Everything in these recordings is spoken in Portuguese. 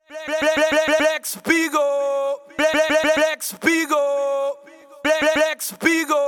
Black Spigo, Black Spigo, Black Spigo.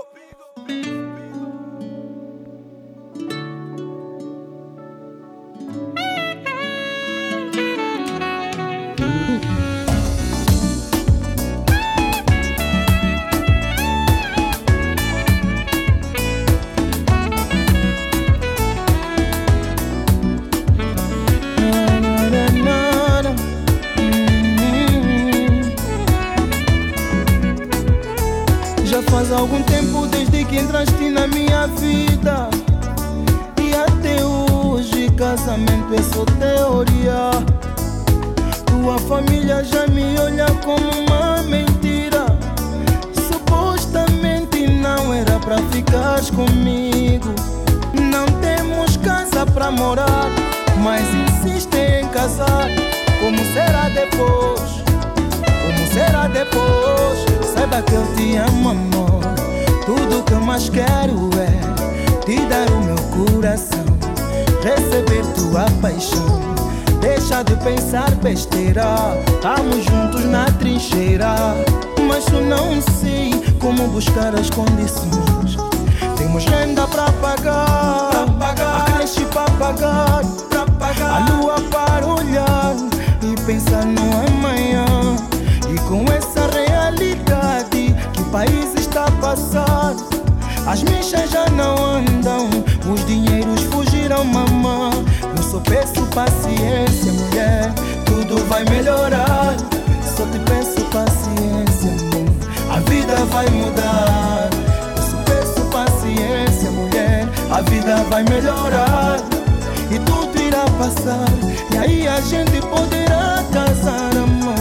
Faz algum tempo desde que entraste na minha vida, e até hoje casamento é só teoria. Tua família já me olha como uma mentira. Supostamente não era pra ficares comigo. Não temos casa pra morar, mas insistem em casar. Como será depois? Como será depois? Saiba que eu te amo, amor. Tudo que eu mais quero é te dar o meu coração, receber tua paixão. Deixa de pensar besteira, estamos juntos na trincheira. Mas eu não sei como buscar as condições. Temos renda pra pagar, a creche pra pagar, a lua para olhar e pensar no amanhã. E com essa realidade que o país está a passar, as mechas já não andam, os dinheiros fugiram, mamã. Eu só peço paciência, mulher, tudo vai melhorar. Só te peço paciência, amor, a vida vai mudar. Eu só peço paciência, mulher, a vida vai melhorar. E tudo irá passar, e aí a gente poderá casar, amor.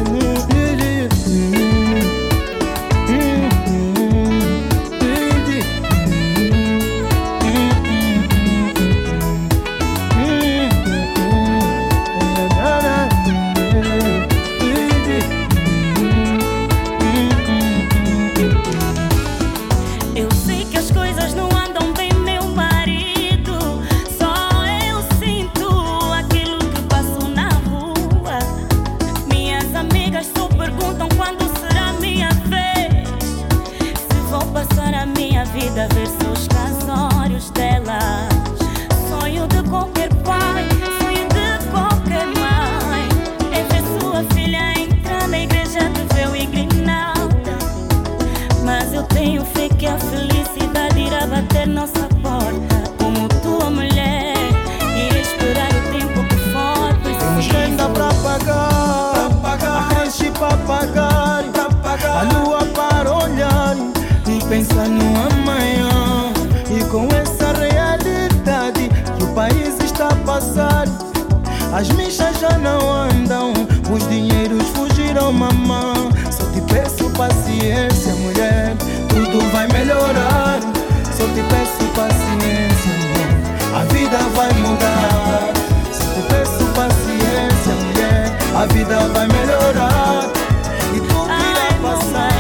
Ver seus casórios delas. Sonho de qualquer pai, sonho de qualquer mãe é ver sua filha entrar na igreja de véu e grinalda. Mas eu tenho fé que a felicidade irá bater nossa porta. Como tua mulher, irei esperar o tempo que for preciso. Temos renda pra pagar, a creche pra pagar, a lua para olhar e pensar no amanhã. E com essa realidade que o país está a passar, as mechas já não andam, os dinheiros fugiram, mamã. Só te peço paciência, mulher, tudo vai melhorar. Só te peço paciência, amor, a vida vai mudar. Só te peço paciência, mulher, a vida vai melhorar. E tudo irá passar.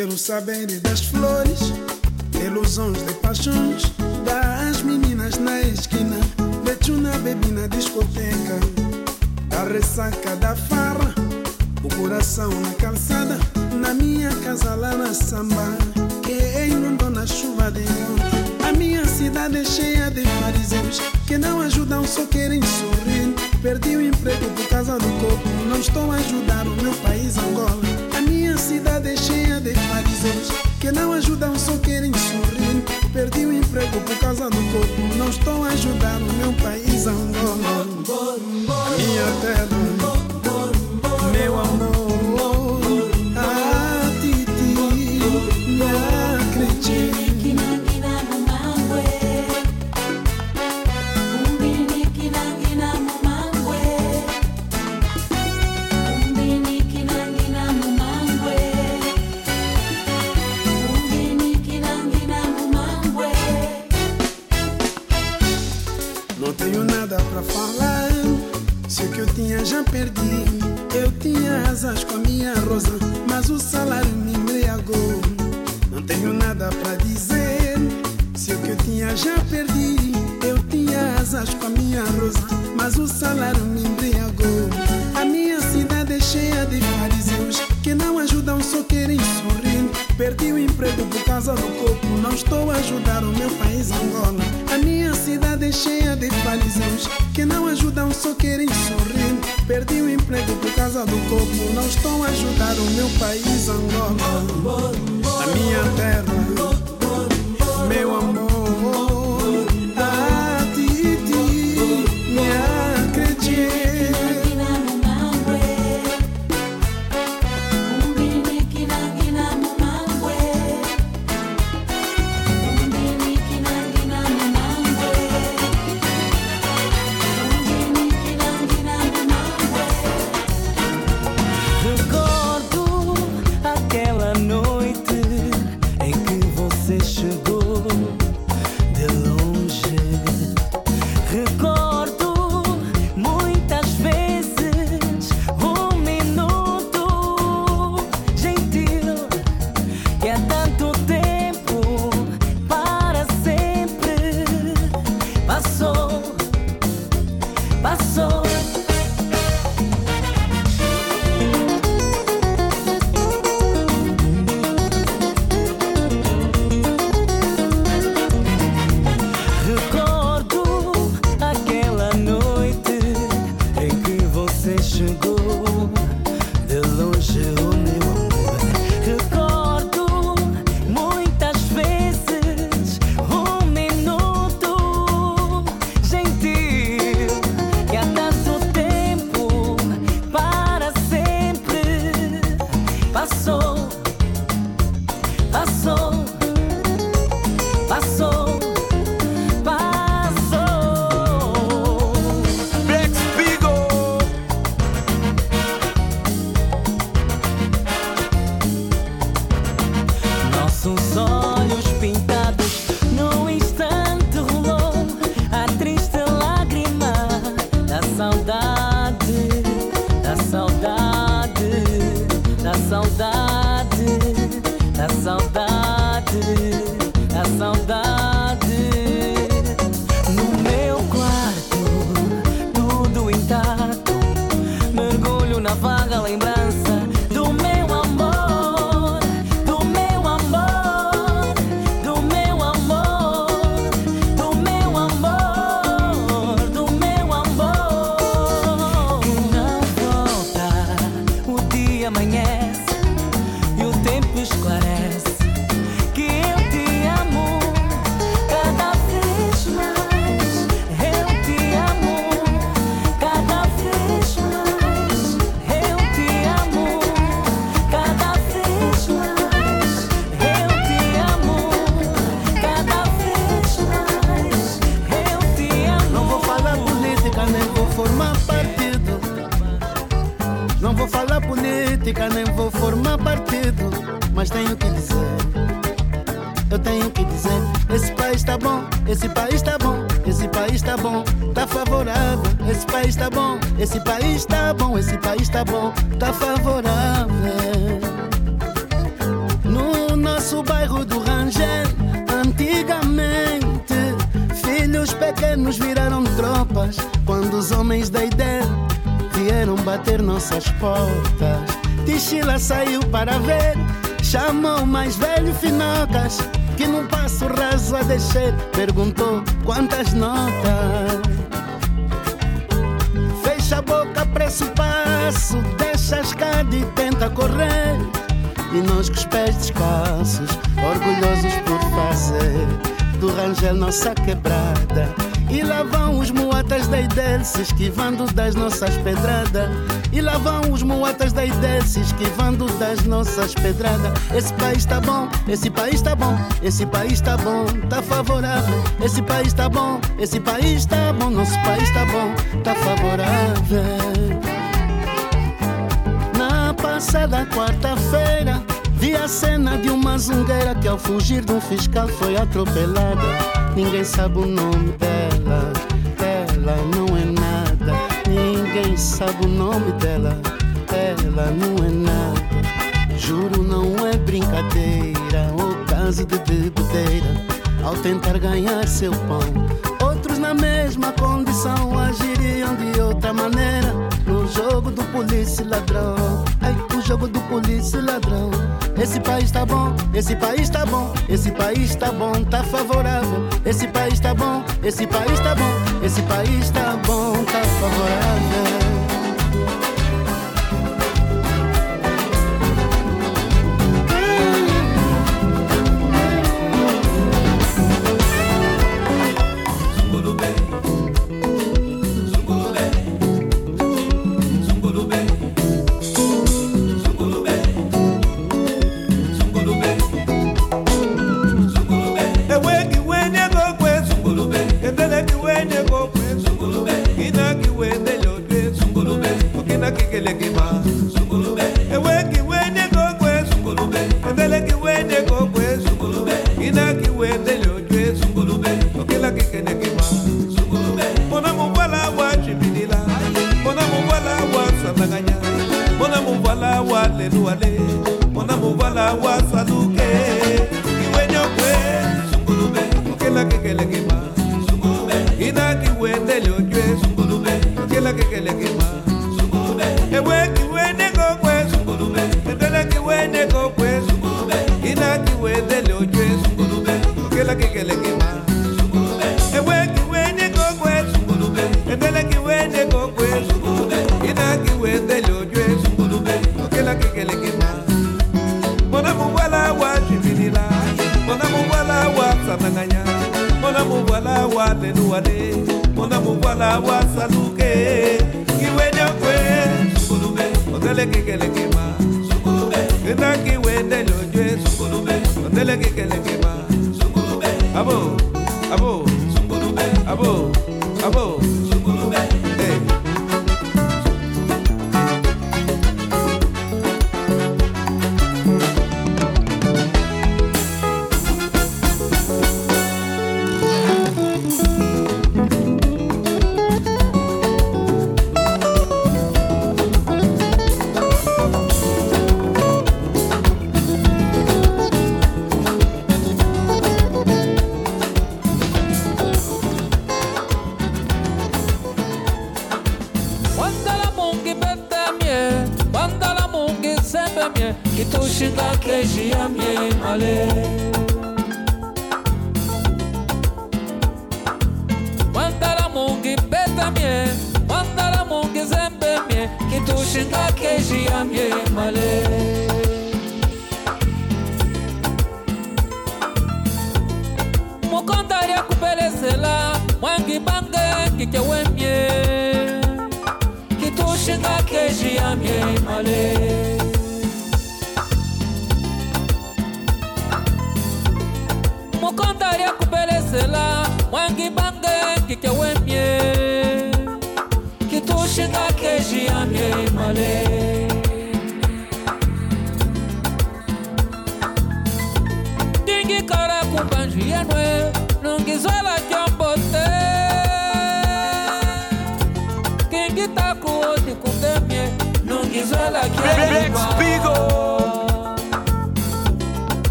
quero saber das flores, ilusões de paixões, das meninas na esquina, betuna bebi na discoteca, da ressaca da farra, o coração na calçada, na minha casa lá na samba, que inundou na chuva de ontem. A minha cidade é cheia de fariseus que não ajudam, só querem sorrir. Perdi o emprego por causa do corpo, não estou a ajudar o meu país Angola. A minha cidade é cheia de fariseus que não ajudam, só querem sorrir. Perdi o emprego por causa do corpo, não estou a ajudar o meu país Angola. A minha terra, meu amor, a Titi, não acredito. Não tenho nada pra falar, se o que eu tinha já perdi. Eu tinha asas com a minha rosa, mas o salário me embriagou. Não tenho nada pra dizer, se o que eu tinha já perdi. Eu tinha asas com a minha rosa, mas o salário me embriagou. A minha cidade é cheia de fariseus que não ajudam, só querem sorrir. Perdi o emprego por causa do corpo, não estou a ajudar o meu país Angola. A minha cidade é cheia de fariseus que não ajudam, só querem sorrir. Perdi o emprego por causa do corpo, não estou a ajudar o meu país Angola. A minha terra, meu amor, a Titi, me acredite. Nem vou formar partido, mas tenho que dizer, eu tenho que dizer, esse país tá bom, esse país tá bom, esse país tá bom, tá favorável, esse país tá bom, esse país tá bom, esse país tá bom, tá favorável. No nosso bairro do Rangel. Antigamente, filhos pequenos viraram tropas quando os homens da ideia vieram bater nossas portas. Tichila saiu para ver, chamou o mais velho Finocas, que num passo raso a descer perguntou quantas notas. Fecha a boca, pressa o passo, deixa a escada e tenta correr. E nós com os pés descalços, orgulhosos por fazer do Rangel nossa quebrada. E lá vão os muatas da IDEL se esquivando das nossas pedradas. E lá vão os muatas da IDEL se esquivando das nossas pedradas. Esse país tá bom, esse país tá bom, esse país tá bom, tá favorável. Esse país tá bom, esse país tá bom, nosso país tá bom, tá favorável. Na passada quarta-feira vi a cena de uma zungueira que ao fugir de um fiscal foi atropelada. Ninguém sabe o nome dela, ela não é nada. Ninguém sabe o nome dela, ela não é nada. Juro, não é brincadeira ou caso de bebedeira. Ao tentar ganhar seu pão, outros na mesma condição agiriam de outra maneira. No jogo do polícia e ladrão, ai, o jogo do polícia e ladrão. Esse país tá bom, esse país tá bom, esse país tá bom, tá favorável. Esse país tá bom, esse país tá bom, esse país tá bom, tá favorável.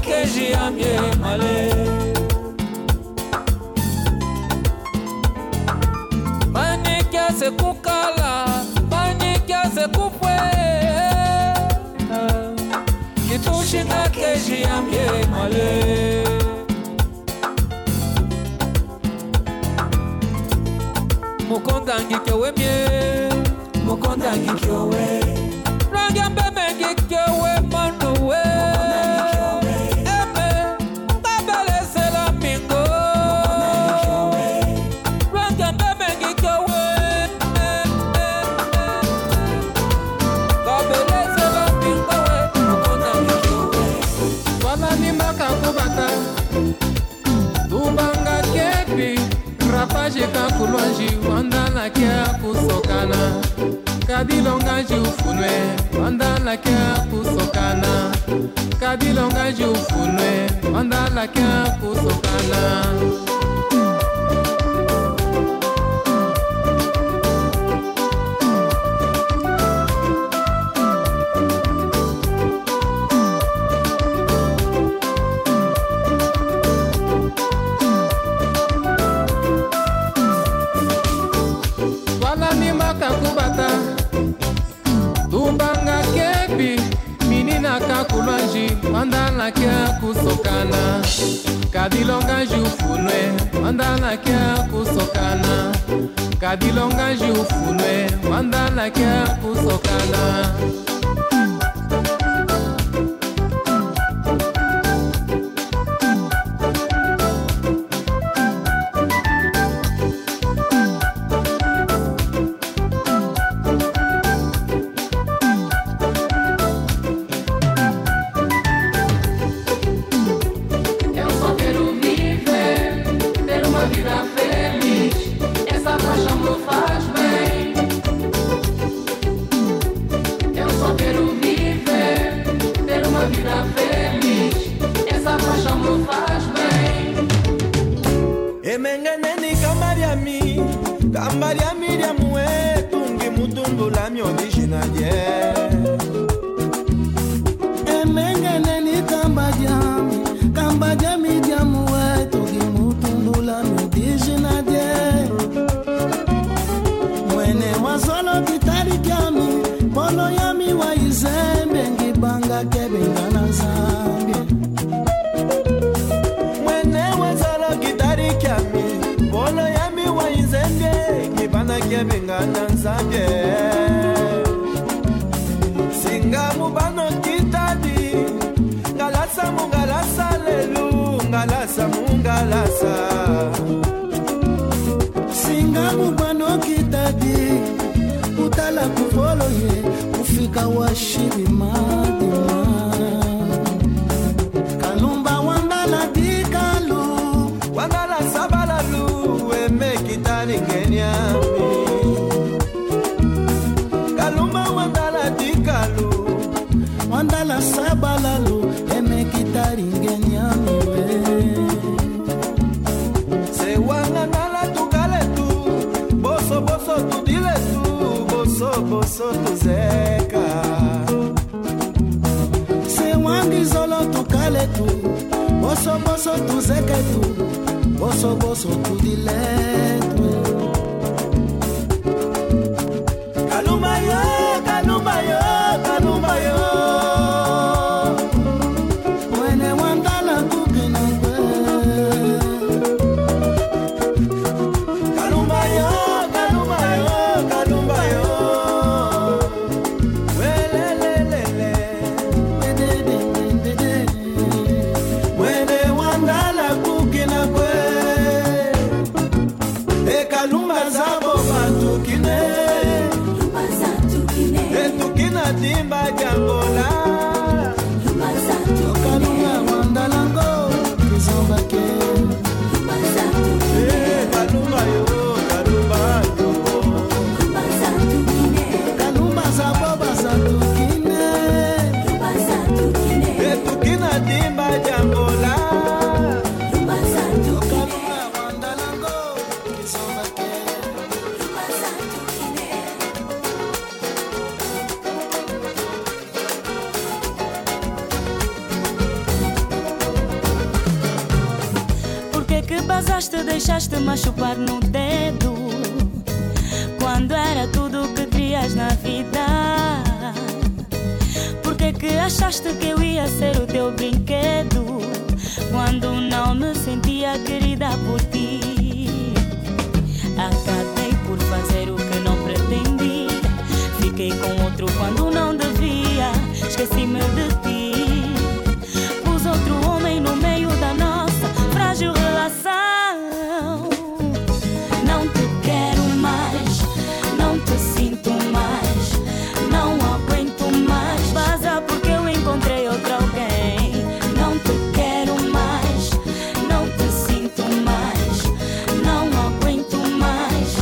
keji amye male mani kia se kukala mani kia se kupwe kitushina keji amye male Mukondangi kyowe mie Mukondangi kyowe Rangyambe mengi kyowe manuwe Eme Babele sela mingo Rangyambe mengi kyowe Babele sela mingo Mukondangi kyowe Wala ni makakubata Tubanga kepi Rapaje kakulwanji wandala kia kusokana Kadilongaji ufunwe wandala kia kusokana Kadilongaji ufunwe wandala kia kusokana Kakubata Tumbanga kepi Minina kakulwanji Mandala kia kusokana Kadilonga jufunwe Mandala kia kusokana Kadilonga jufunwe Mandala kia kusokana Emengeneni kamariami Kamariami riamue Tungi mutumbula mi original Emengeneni kamariami Kamariami riamue Tungi mutumbula mi original Mwene wazolo kitari kiami Polo yami wa izembe Ngibanga kebe ngana Zambia Bono yami wa izende Kibana kebengana nzambye Singa mubano kitadi Ngalasa mungalasa lelu Ngalasa mungalasa Singa mubano kitadi Utala kufolo ye Ufika washibi madima Kalumba wandala dikalu Wandala sabalalu Kitari kenyami Kaluma wandala dikalu Wandala sabalalu Eme kitari kenyami Se wanga nala tukale tu Boso boso tu dile tu Boso boso tu zeka Se wangi zolo tukale tu Boso boso tu zeka tu Boso boso tu dileto Kalumba yo, kalumba yo, kalumba yo Wene wandala kukina kwe Kalumba yo, kalumba yo, kalumba yo Welelelele Wene wandala kukina kwe Kalumba zabo batukine Etukina timba jangola Kalumba wandalango Kizombake Kalumba yo, kalumba yo Kalumba zabo batukine Etukina timba jangola Deixaste machucar no dedo, quando era tudo o que querias na vida. Por que achaste que eu ia ser o teu brinquedo, quando não me sentia querida por ti? Acabei por fazer o que não pretendia. Fiquei com outro quando não devia. Esqueci-me de ti. Pus outro homem no meio da nossa frágil relação. Não te quero mais, não te sinto mais, não aguento mais. Vaza porque eu encontrei outro alguém. Não te quero mais, não te sinto mais, não aguento mais.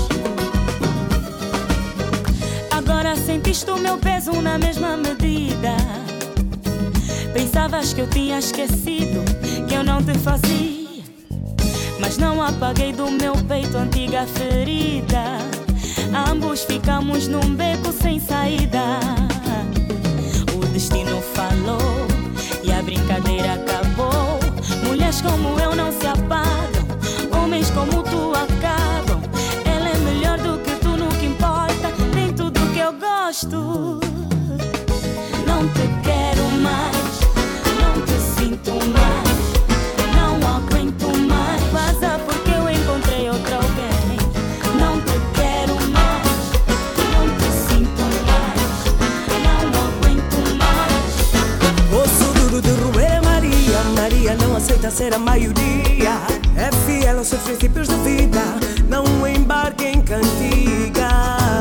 Agora sentiste o meu peso na mesma medida. Pensavas que eu tinha esquecido, que eu não te fazia, mas não apaguei do meu peito a antiga ferida. Ambos ficamos num beco sem saída. O destino falou e a brincadeira acabou. Mulheres como eu não se apagam, homens como tu acabam. Ela é melhor do que tu, nunca importa, tem tudo que eu gosto. Não te quero mais, não te sinto mais, não aguento mais. Vaza porque eu encontrei outro alguém. Não te quero mais, não te sinto mais, não aguento mais. Osso duro de roer é Maria. Maria não aceita ser a maioria. É fiel aos seus princípios de vida. Não embarque em cantiga.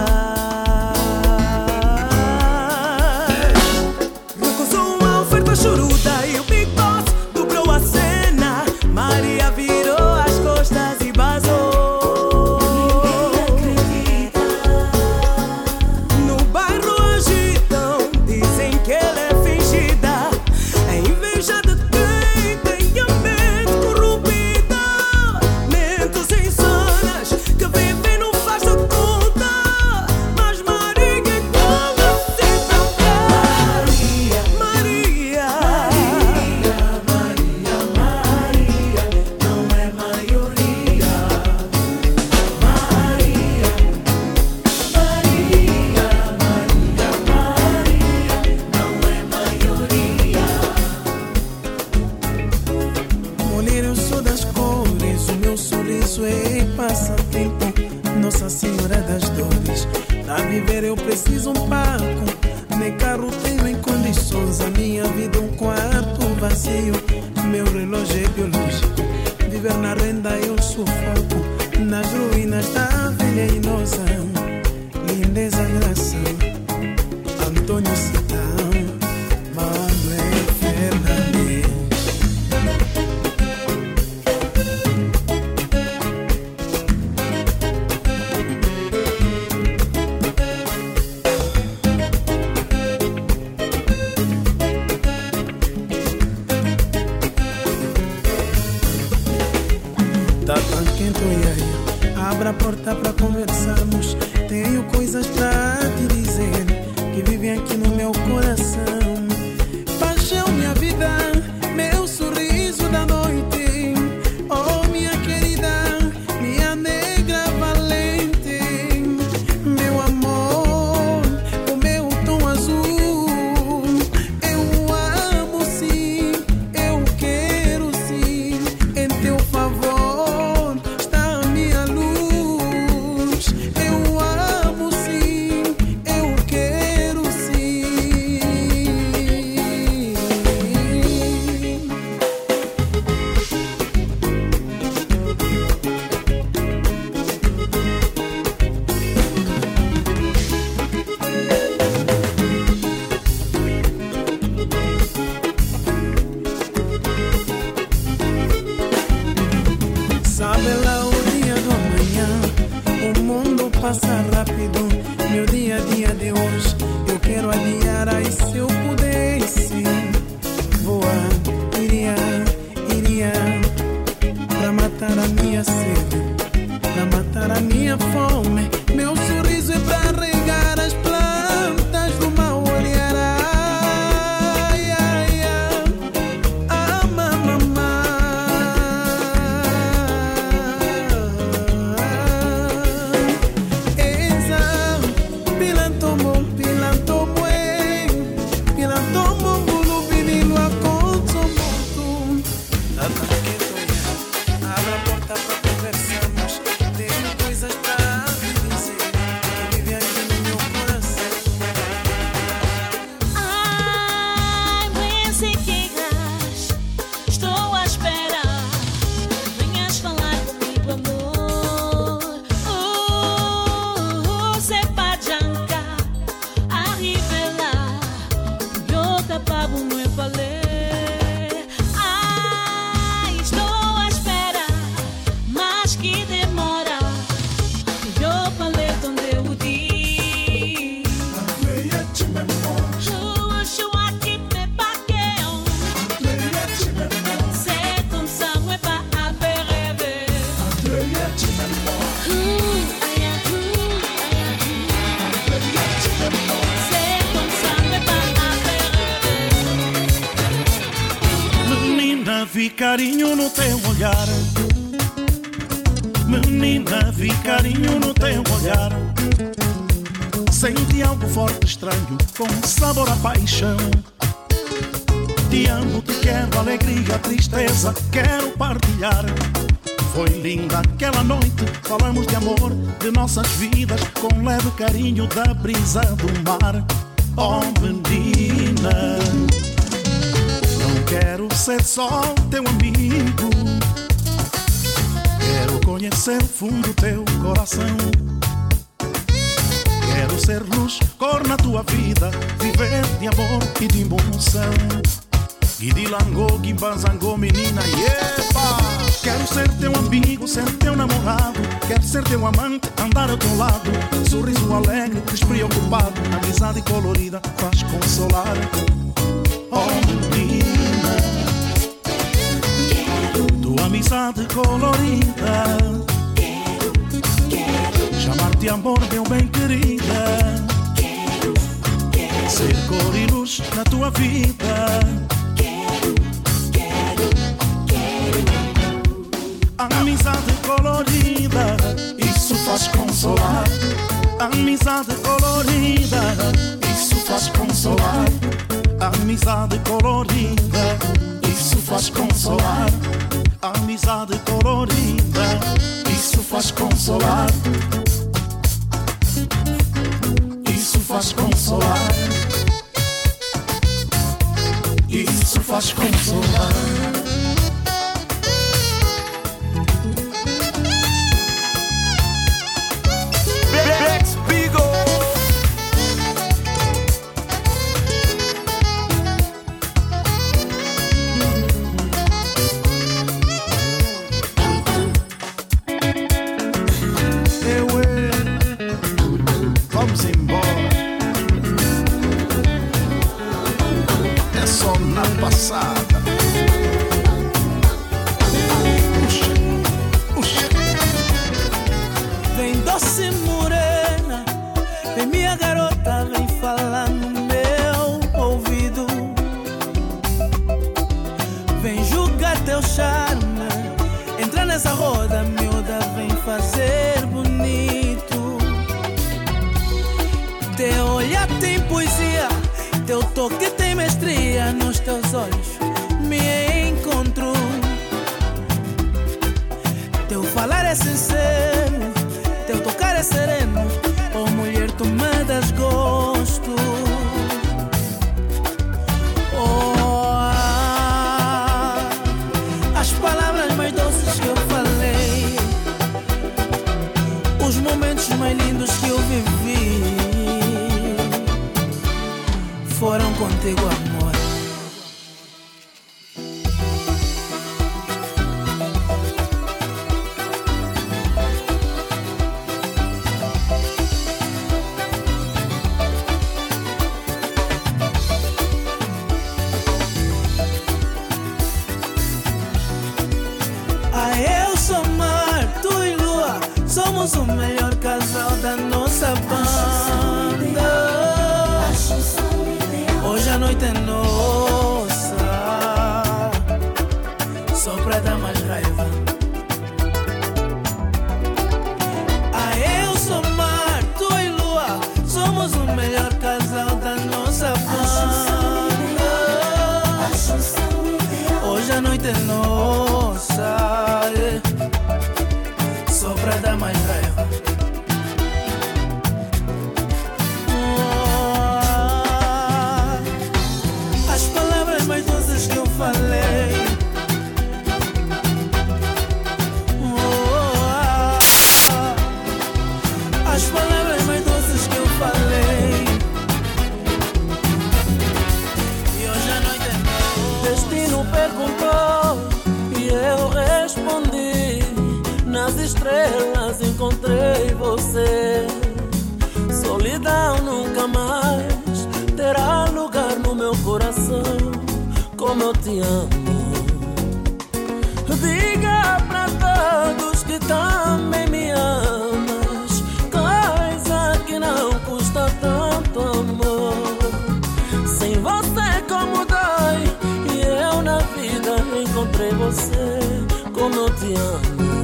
Recusou uma oferta choruda e o Big Boss dobrou a cena. Maria virou as costas e vazou. Ninguém acredita. No bairro agitam, dizem que ela é fingida. É inveja de quem tem a mente corrompida. Mentes insanas que vivem no faz de conta. Mas Maria é conhecida. Maria, Maria, Maria, Maria, não é maioria. Maria, Maria, Maria, Maria, não é maioria. Mulher, eu sou das cores, o meu sorriso é passatempo. Nossa Senhora das Dores. Pra viver eu preciso um palco. Nem carro tenho em condições. A minha vida um quarto vazio. Meu relógio é biológico. Viver na renda eu sufoco. Nas ruínas da velha inosa. Lindeza, graça. Antônio Citão, Manuel Fernandes. Tá tão quente, oi, ai. Abra a porta pra conversarmos. Tenho coisas pra te dizer que vivem aqui no meu coração. vi carinho no teu olhar. Menina, vi carinho no teu olhar. Senti algo forte, estranho, com sabor a paixão. Te amo, te quero, alegria, tristeza, quero partilhar. Foi linda aquela noite, falamos de amor, de nossas vidas, com leve carinho da brisa do mar. Oh menina, não quero ser só teu amigo, quero conhecer fundo teu coração. Quero ser luz, cor na tua vida, viver de amor e de emoção. Guidilango, guimbanzango, menina, yepa! Quero ser teu amigo, ser teu namorado. Quero ser teu amante, andar ao teu lado. Sorriso alegre, despreocupado. Amizade colorida, faz consolar. Oh menina, tua amizade colorida. Chamar-te amor, meu bem querida. Ser cor e luz na tua vida. Amizade colorida, isso faz consolar. Amizade colorida, isso faz consolar. Amizade colorida, isso faz consolar. Amizade colorida, isso faz consolar. Isso faz consolar. Isso faz consolar. Vamos embora. É só na passada. Puxa, puxa. Vem doce morena, vem minha garota, vem falar no meu ouvido. Vem julgar teu charme, entra nessa roda miúda, vem fazer bonito. Teu olhar tem poesia, teu toque tem mestria, nos teus olhos me encontro. Teu falar é sincero, teu tocar é sereno, oh mulher tu me das gosto. Oh, as palavras mais doces que eu falei, os momentos mais lindos que eu vivi, foram contigo, amor. Eu sou mar, tu e lua, somos o melhor casal da nossa banda. Hoje a noite é nossa, só pra dar mais raiva. Eu sou mar, tu e lua, somos o melhor casal da nossa banda. Hoje a noite é nossa, só pra dar mais raiva. Estrelas encontrei você. Solidão nunca mais terá lugar no meu coração. Como eu te amo. Diga pra todos que também me amas, coisa que não custa tanto amor. Sem você como dói, e eu na vida encontrei te amo.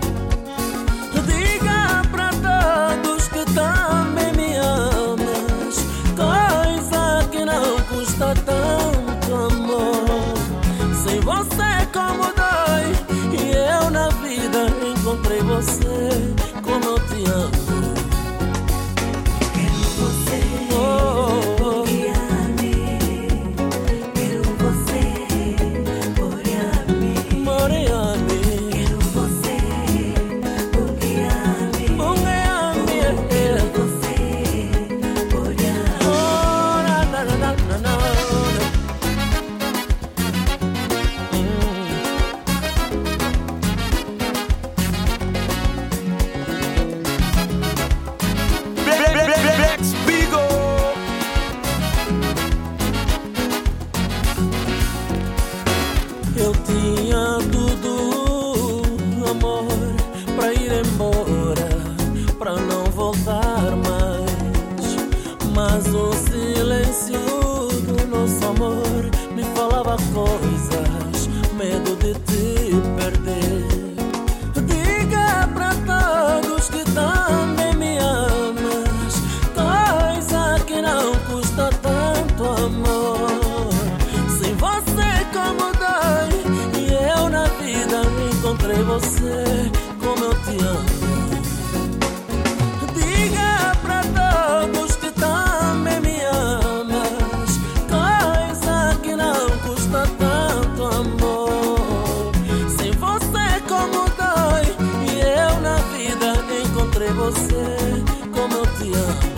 Diga pra todos que também me amas, coisa que não custa tanto amor. Sem você como dói, e eu na vida encontrei você, como eu te amo. Eu tinha tudo, amor, pra ir embora, pra não voltar mais. Mas o silêncio do nosso amor me falava coisas, medo de te perder. Diga pra todos que também me amas, coisa que não custa tanto amor. Sem você como dói, e eu na vida encontrei você, como eu te amo. Diga pra todos que também me amas, coisa que não custa tanto amor. Sem você como dói, e eu na vida encontrei você, como eu te amo.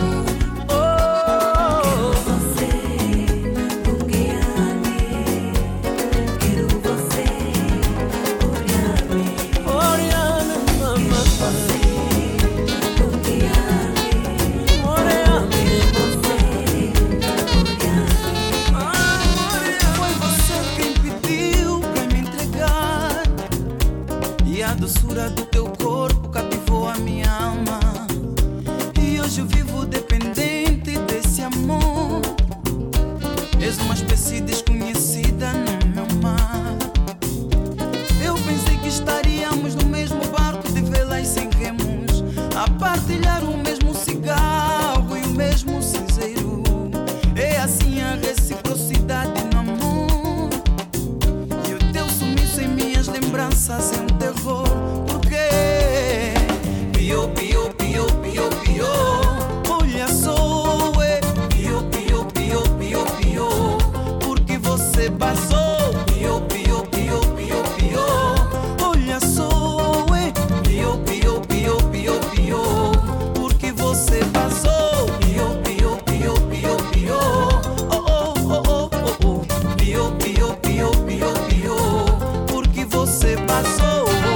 A doçura do teu corpo cativou a minha alma, e hoje eu vivo dependente desse amor. És uma espécie desconhecida no meu mar. Eu pensei que estaríamos no mesmo barco de velas sem remos, a partilhar o mesmo cigarro e o mesmo cinzeiro. É assim a reciprocidade no amor, e o teu sumiço em minhas lembranças é um terror. Porque pio, pio, pio, pio, pio, olha só, pio, pio, pio, pio, pio, porque você passou. Pio, pio, pio, pio, pio, olha só, pio, pio, pio, pio, pio, porque você passou. Pio, pio, pio, pio, pio, oh, oh, oh, oh, oh, oh. Pio, pio, pio, pio, pio, porque você passou.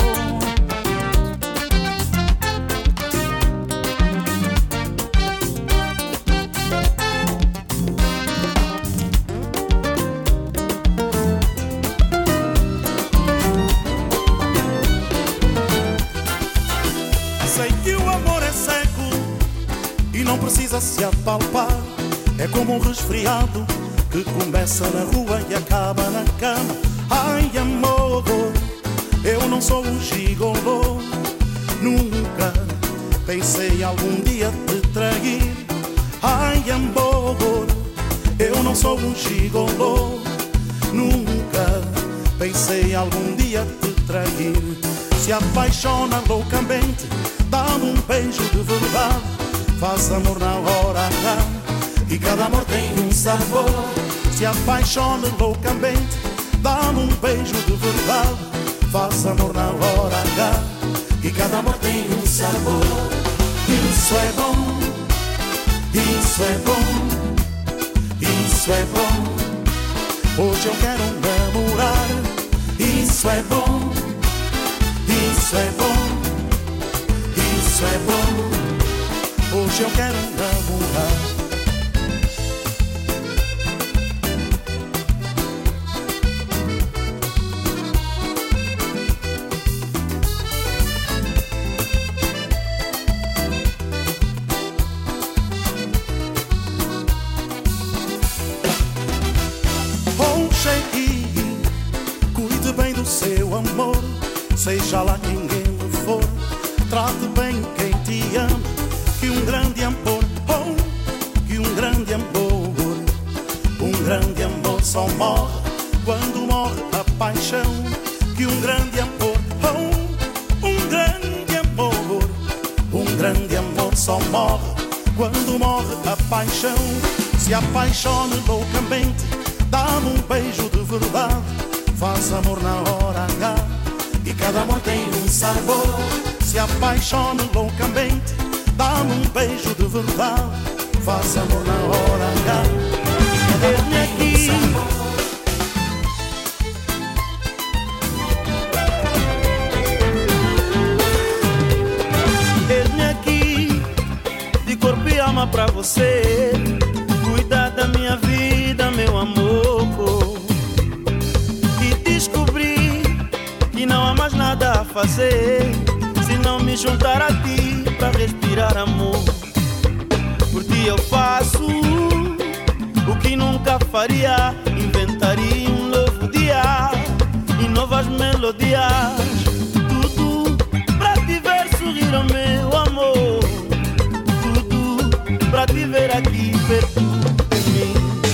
Sei que o amor é seco e não precisa se apalpar. É como um resfriado que começa na rua e acaba na cama. Ai, amor, eu não sou um gigolô. Nunca pensei algum dia te trair. Ai, amor, eu não sou um gigolô. Nunca pensei algum dia te trair. Se apaixona loucamente, dá-me um beijo de verdade. Faz amor na hora H, e cada amor tem um sabor. Se apaixona loucamente, dá-me um beijo de verdade. Faz amor na hora H, e cada amor tem um sabor. Isso é bom, isso é bom, isso é bom. Hoje eu quero namorar. Isso é bom, isso é bom, isso é bom. Hoje eu quero namorar. Seja lá quem ele for, trate bem quem te ama. Que um grande amor, oh, que um grande amor. Um grande amor só morre quando morre a paixão. Que um grande amor, oh, um grande amor. Um grande amor só morre quando morre a paixão. Se apaixone loucamente, dá-me um beijo de verdade. Faz amor na hora H e cada amor tem um sabor. Se apaixone loucamente, dá-me um beijo de verdade. Faz amor na hora H e cada amor tem um sabor. Corpo e alma pra você, cuidar da minha vida, meu amor. E descobri que não há mais nada a fazer se não me juntar a ti pra respirar amor. Por ti eu faço o que nunca faria, inventaria um novo dia e novas melodias. Tudo pra te ver sorrir, oh meu amor. Pra te ver aqui perto de mim.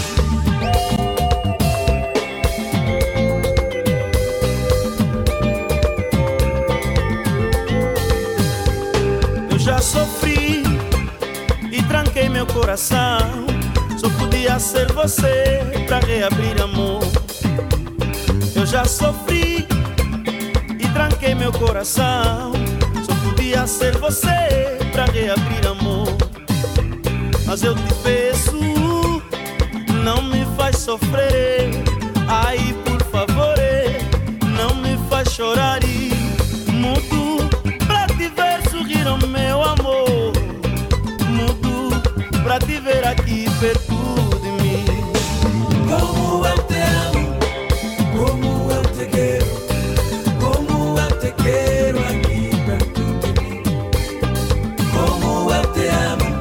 Eu já sofri e tranquei meu coração. Só podia ser você pra reabrir amor. Eu já sofri e tranquei meu coração. Só podia ser você pra reabrir amor. Mas eu te peço, não me faz sofrer. Ai, por favor, não me faz chorar. E mudo pra te ver sorrir, oh meu amor. Mudo pra te ver aqui perto de mim. Como eu te amo, como eu te quero, como eu te quero aqui perto de mim. Como eu te amo,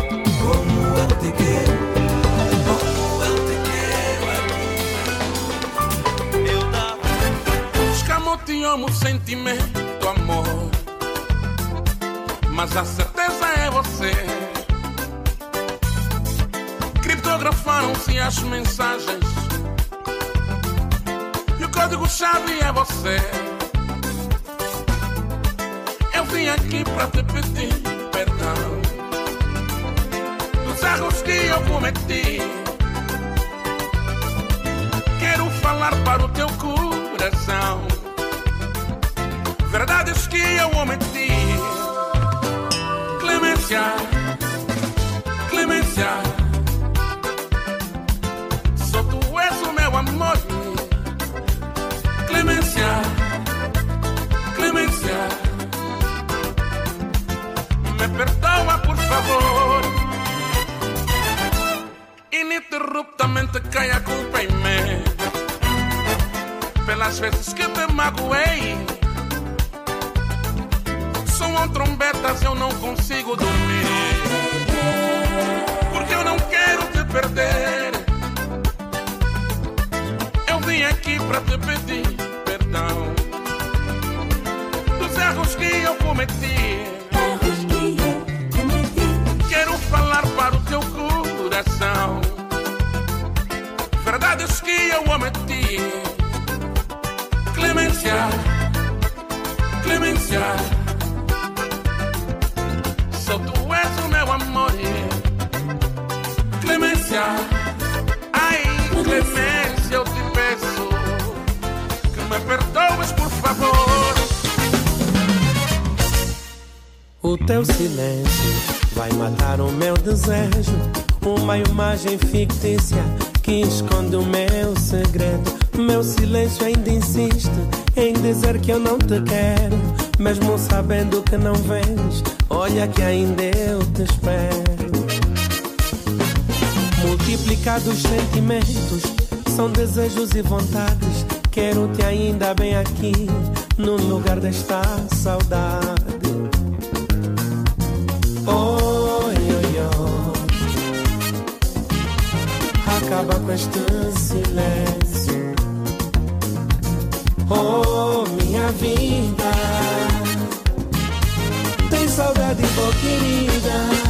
te amo, sentimento, amor, mas a certeza é você. Criptografaram-se as mensagens e o código-chave é você. Eu vim aqui pra te pedir perdão dos erros que eu cometi. Quero falar para o teu coração verdades que eu omiti. Clemência, Clemência, só tu és o meu amor. Clemência, Clemência, me perdoa por favor. Ininterruptamente cai a culpa em mim pelas vezes que te magoei. Soam trombetas, eu não consigo dormir, porque eu não quero te perder. Eu vim aqui pra te pedir perdão dos erros que eu cometi. Quero falar para o teu coração verdades que eu omiti. Clemência, Clemência, só tu és o meu amor. Clemência, ai Clemência, eu te peço que me perdoes por favor. O teu silêncio vai matar o meu desejo. Uma imagem fictícia que esconde o meu segredo. Meu silêncio ainda insiste em dizer que eu não te quero, mesmo sabendo que não vens. Olha que ainda eu te espero. Multiplicados sentimentos são desejos e vontades. Quero-te ainda bem aqui, no lugar desta saudade. Oi, oi, oi. Acaba com este silêncio. Oh, minha minha vida. Tem saudade, boa querida.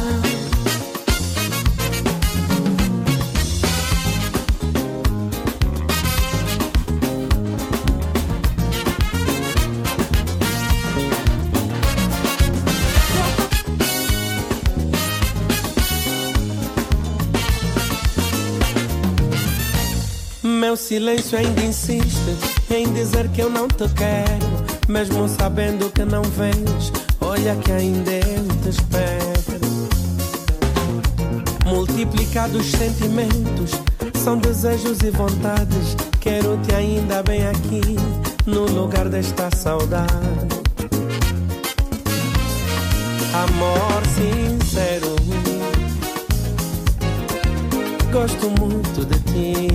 Meu silêncio ainda insiste em dizer que eu não te quero, mesmo sabendo que não vens. Olha que ainda eu te espero. Multiplicados sentimentos são desejos e vontades. Quero-te ainda bem aqui, no lugar desta saudade. Amor sincero, gosto muito de ti.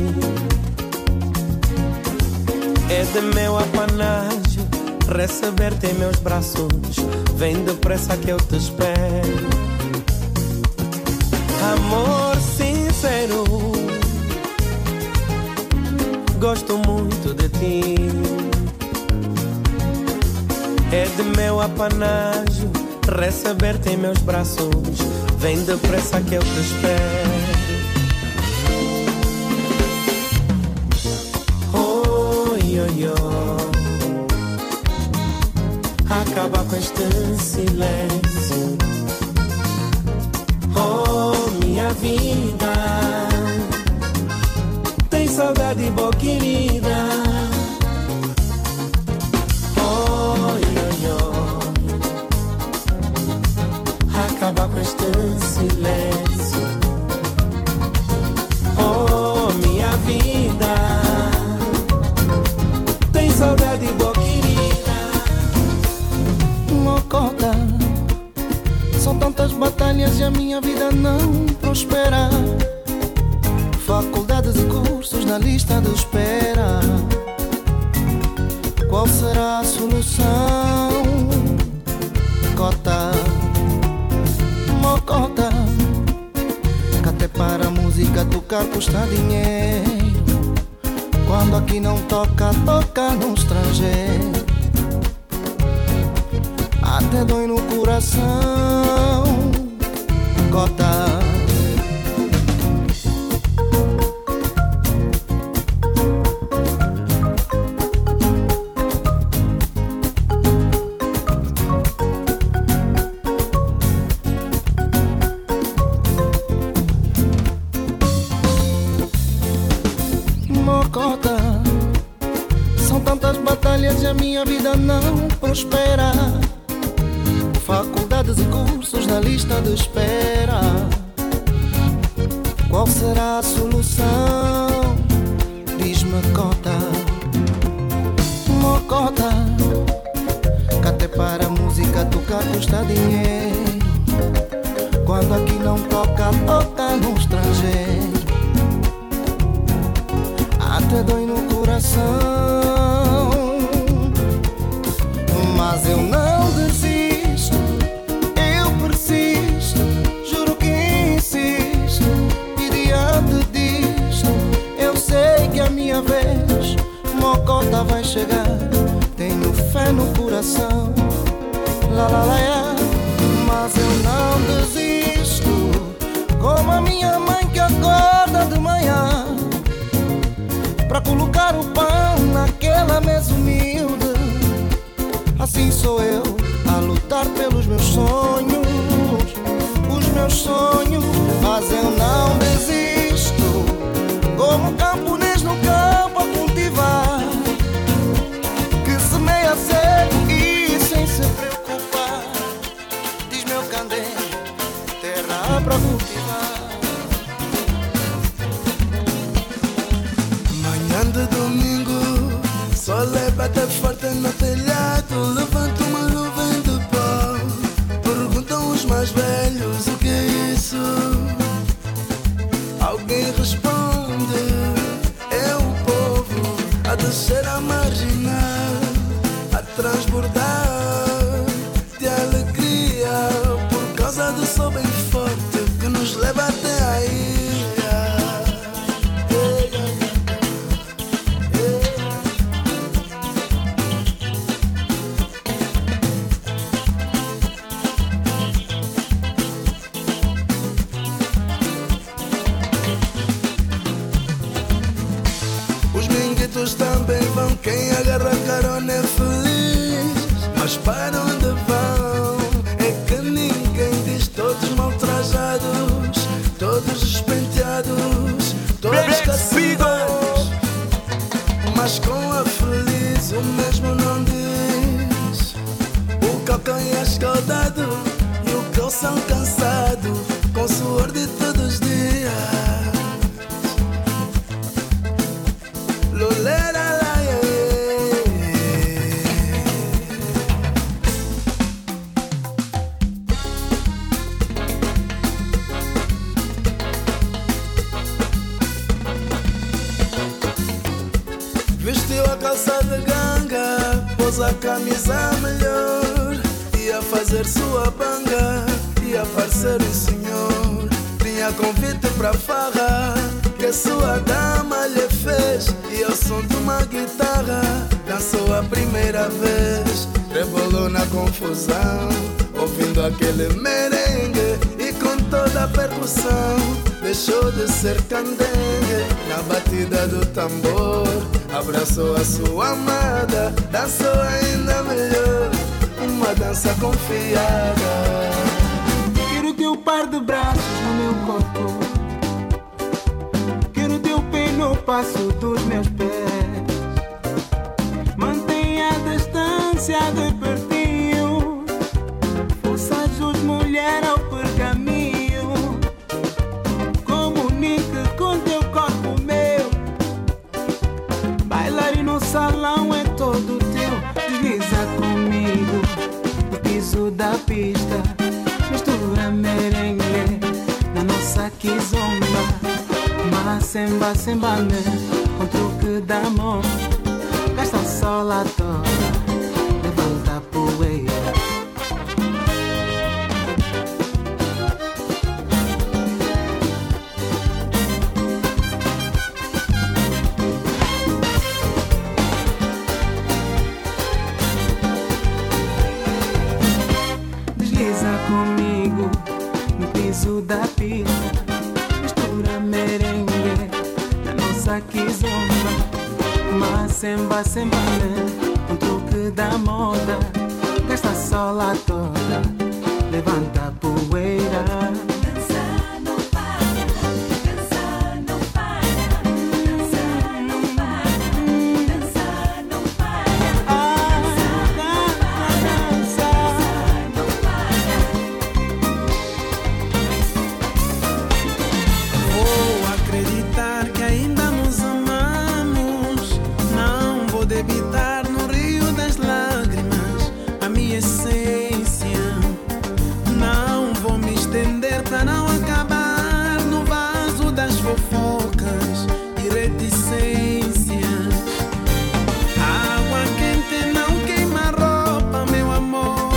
É de meu apanágio receber-te em meus braços. Vem depressa que eu te espero. Amor sincero, gosto muito de ti. É de meu apanágio receber-te em meus braços. Vem depressa que eu te espero. Acaba com este silêncio. Oh, minha vida, tem saudade, boa querida. Oh, acaba com este silêncio. Oh, minha vida, tem saudade, boa querida. Mocota, são tantas batalhas e a minha vida não prospera. Faculdades e cursos na lista de espera. Qual será a solução? Cota, mocota, que até para a música tocar custa dinheiro. Quando aqui não toca, toca no estrangeiro. Até dói no coração, cota. Mocota, são tantas batalhas e a minha vida não prospera. Faculdades e cursos na lista de espera. Qual será a solução? Diz-me, cota, mocota, que até para a música tocar custa dinheiro. Quando aqui não toca, toca no estrangeiro. Até dói no coração, mas eu não desisto. Juro que insisto, e diante disto eu sei que a minha vez, mocota, vai chegar. Tenho fé no coração, lá, lá, lá, lá. Mas eu não desisto, como a minha mãe que acorda de manhã pra colocar o pão naquela mesa humilde. Assim sou eu a lutar pelos meus sonhos, os meus sonhos. Mas eu não desisto, como um camponês no campo a cultivar, que semeia seco e sem se preocupar. Diz meu candeeiro, terra pra cultivar. Manhã de domingo, sol é bate forte no telhado. Levanto uma nuvem de pó. Perguntam os mais velhos o que é isso. Alguém responde, é o povo a descer a marginal, a transbordar de alegria por causa do sol bem forte que nos leva até a ilha. Mas para onde vão? É que ninguém diz. Todos mal trajados, todos despenteados, todos caçados. Mas com a feliz o mesmo não diz. O calcanhar escaldado e o calção cansado, com suor de todos os dias. Lolera lá, vestiu a calça de ganga, pôs a camisa melhor, ia fazer sua banga, ia parecer um senhor. Tinha convite pra farra que sua dama lhe fez, e ao som de uma guitarra dançou a primeira vez. Rebolou na confusão, ouvindo aquele merengue, e com toda a percussão deixou de ser candengue. Na batida do tambor abraçou a sua amada, dançou ainda melhor, uma dança confiada. Quero teu par de braços no meu corpo, quero teu pé no passo dos meus pés. Mantenha a distância de pertinho, força ajude mulher ao pergaminho. Comunique com teu corpo meu, bailar e no salão é todo teu. Desliza comigo no piso da pista, mistura merengue na nossa kizomba. Macemba, semba-me com truque de amor. Gasta o sol à toa, levanta a poeira. Desliza comigo no piso da pista, mistura merengue na nossa kizomba. Macemba, semba-me com truque da moda. Gasta sol à toda, levanta a poeira. Dançar não para, dançar não para, dançar não para, dançar não para, dançar não para. Vou acreditar que ainda nos amamos. Não vou debitar no rio das lágrimas a minha essência. Não vou me estender pra não acabar no vaso das fofocas e reticências. Água quente não queima a roupa, meu amor.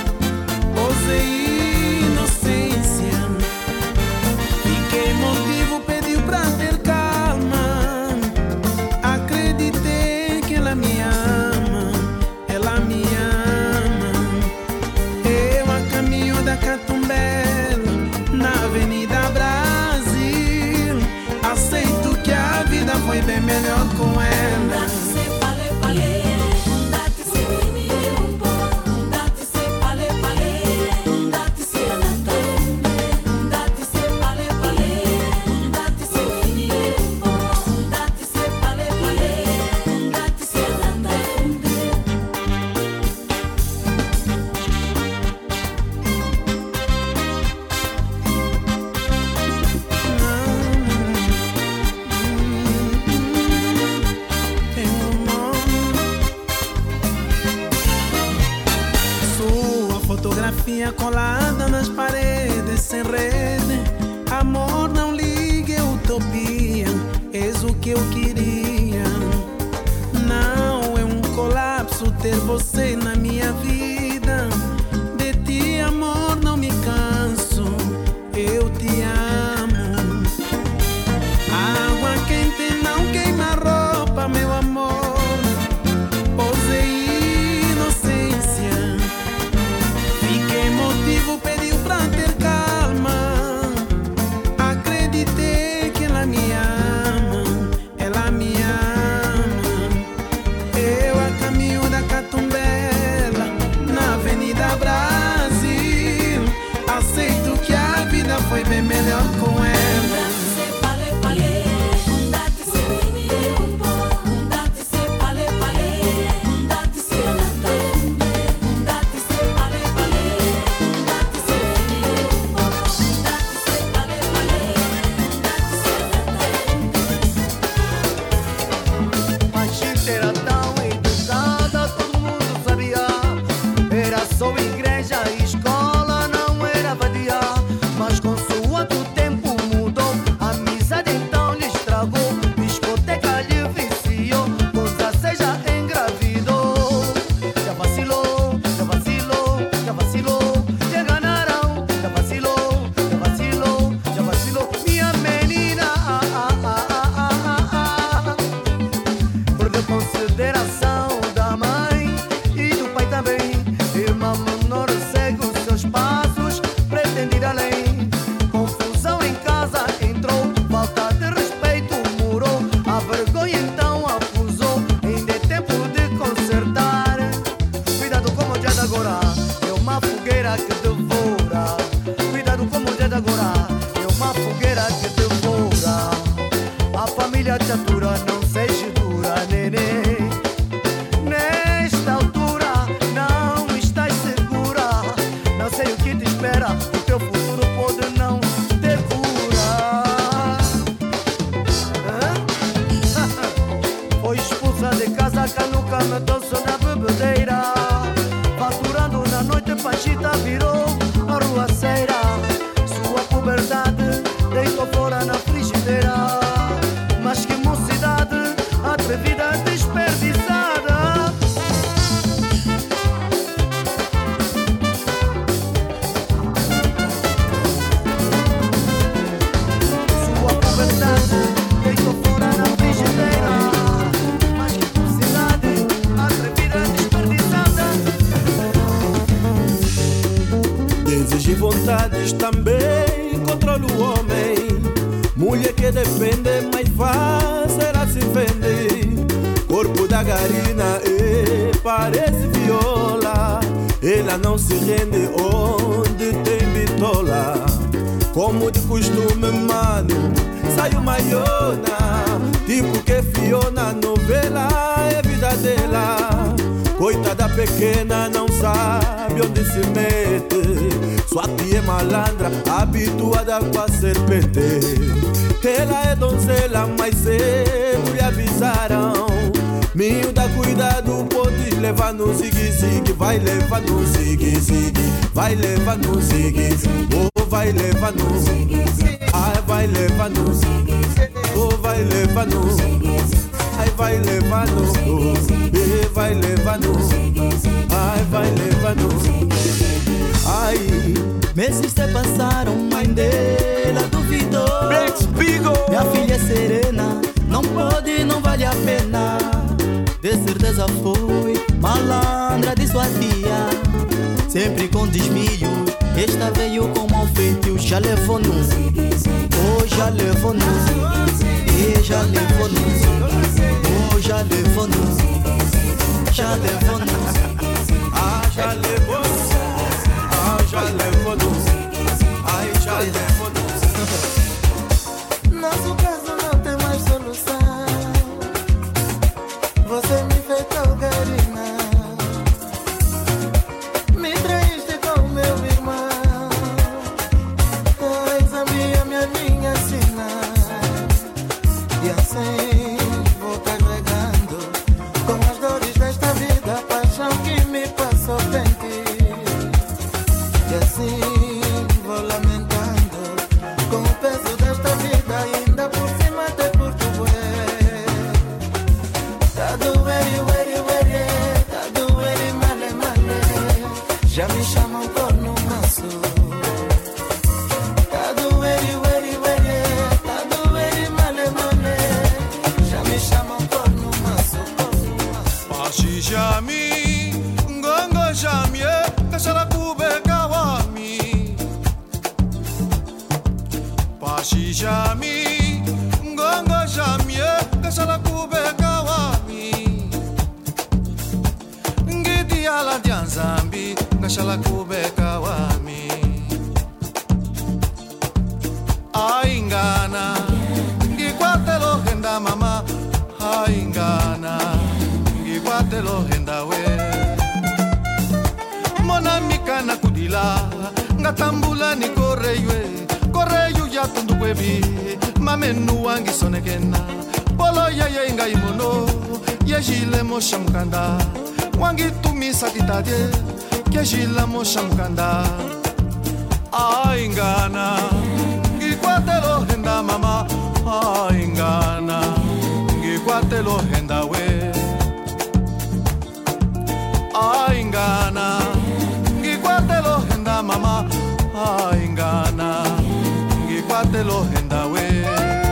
Posei inocência. Fiquei motivo, pediu pra ter calma. Acreditei que ela me ama, ela me ama. Eu a caminho da Catumbela, na Avenida Brasil. Aceito que a vida foi bem melhor com ela. melhor com ela. Também controla o homem. Mulher que depende, mais fácil ela se vende. Corpo da garina parece viola. Ela não se rende onde tem bitola. Como de costume, mano, saiu maiona. Tipo que Fiona, novela é vida dela. Coitada pequena, não sabe onde se mete. Sua tia é malandra, habituada com a serpente. Ela é donzela, mas cedo lhe avisaram. Miúda, cuidado, pode levar no zigue-zigue. Vai levar no zigue-zigue. Vai levar no zigue-zigue. Oh, vai levar no zigue-zigue. Ai, vai levar no zigue-zigue. Oh, vai levar no zigue-zigue. Ai, vai levar no zigue-zigue. Vai levar no zigue-zigue. Ai, vai levar no zigue-zigue. Ai, meses se passaram, mãe dela duvidou. Minha filha é serena, não pode, não vale a pena. De certeza foi malandra de sua tia. Sempre com desmio, esta veio com mau feitio. Já levou no oh, já levou no e já levou no oh, já levou no já levou no ah, já levou no já levou no ai, já levou no. Nosso caso não tem mais solução. Você me fez tão garina. Me traíste com meu irmão. Pois a minha linha assina. E assim vou carregando com as dores desta vida, a paixão que me passou bem. E assim vou lamentando com o peso desta vida, ainda por cima até por doer. Tá doendo, tá doendo, male, male. Já me chamam corno manso. Tá doendo, tá doendo, male, male. Já me chamam corno manso, corno manso. Pashi jami, ngongo jamie, kashala kubeka. Shijami, ngongo jamie, kashala kubeka wami. Ngidi ala dianzambi, kashala kubeka wami. lo hendawe Mona mikana kudila Ngatambula ni Koreyu ya tundu kwebi Mamenu wangi sonekena Polo ya inga imono Yejile mosha mukanda Wangi tumisa kitadye Yejile mosha mukanda Ingana Ngikwatelo henda mama Ingana Ngikwatelo henda we Ingana Ngikwatelo henda mama Ingana Ngikwatelo henda we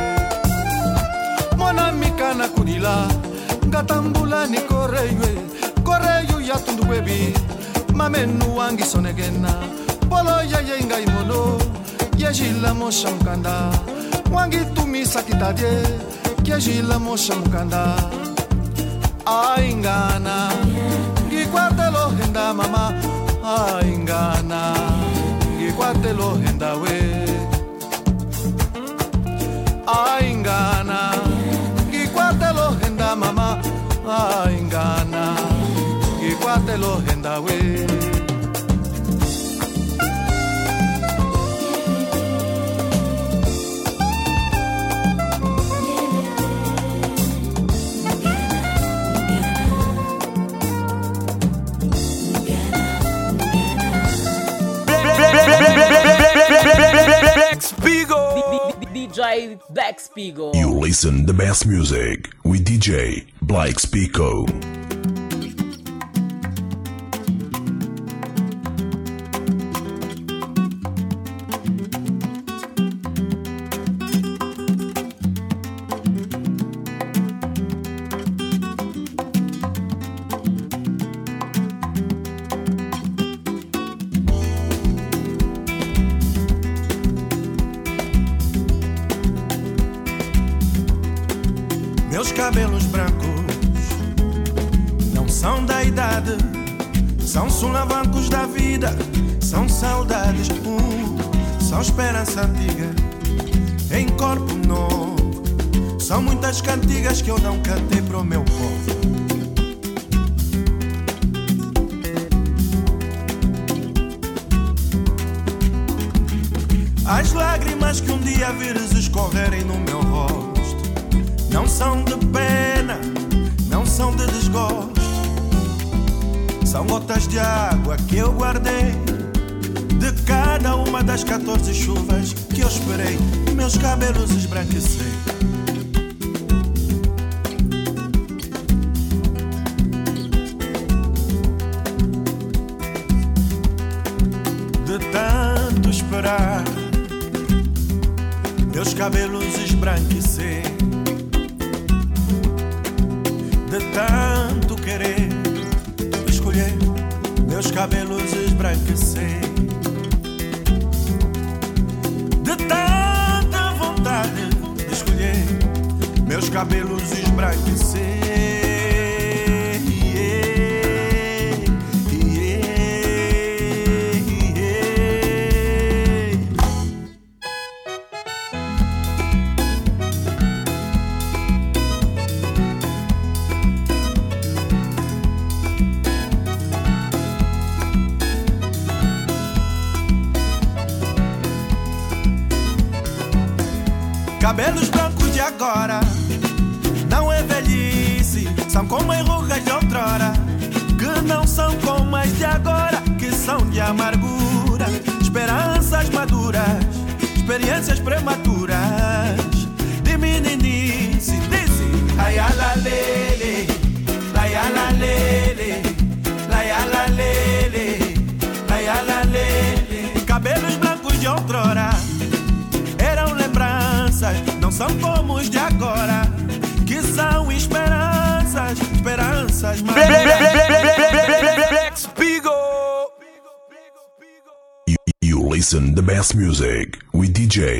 Mona mikana kudila Ngatambula ni Koreyu ya tundu kwebi Mamenu wangi sonegena Polo ya inga imono Yejila mosha mukanda Wangi tumisa kitadye Yejila mosha mukanda Ingana Ngikwatelo henda mama Ingana Ngikwatelo henda we Ingana Ngikwatelo henda mama Ingana Ngikwatelo henda we DJ Black Spigo. You listen the best music with DJ Black Spigo. Meus cabelos brancos não são da idade, são solavancos da vida, são saudades, são esperança antiga em corpo novo. São muitas cantigas que eu não cantei pro meu povo. As lágrimas que um dia vires escorrerem no meu rosto não são de pena, não são de desgosto. São gotas de água que eu guardei de cada uma das 14 chuvas que eu esperei meus cabelos esbranquecer. De tanto esperar meus cabelos esbranquecer, de tanto querer escolher meus cabelos esbranquecer, de tanta vontade de escolher meus cabelos esbranquecer. Cabelos brancos de agora não é velhice, são como enrugas de outrora, que não são como as de agora, que são de amargura, esperanças maduras, experiências prematuras, de meninice, disse ai ala lele, ai ala lele, ai ala lele, ai ala lele. Cabelos brancos de outrora eram lembranças, não são como os de agora, que são esperanças, esperanças Black Spigo. You listen the best music with DJ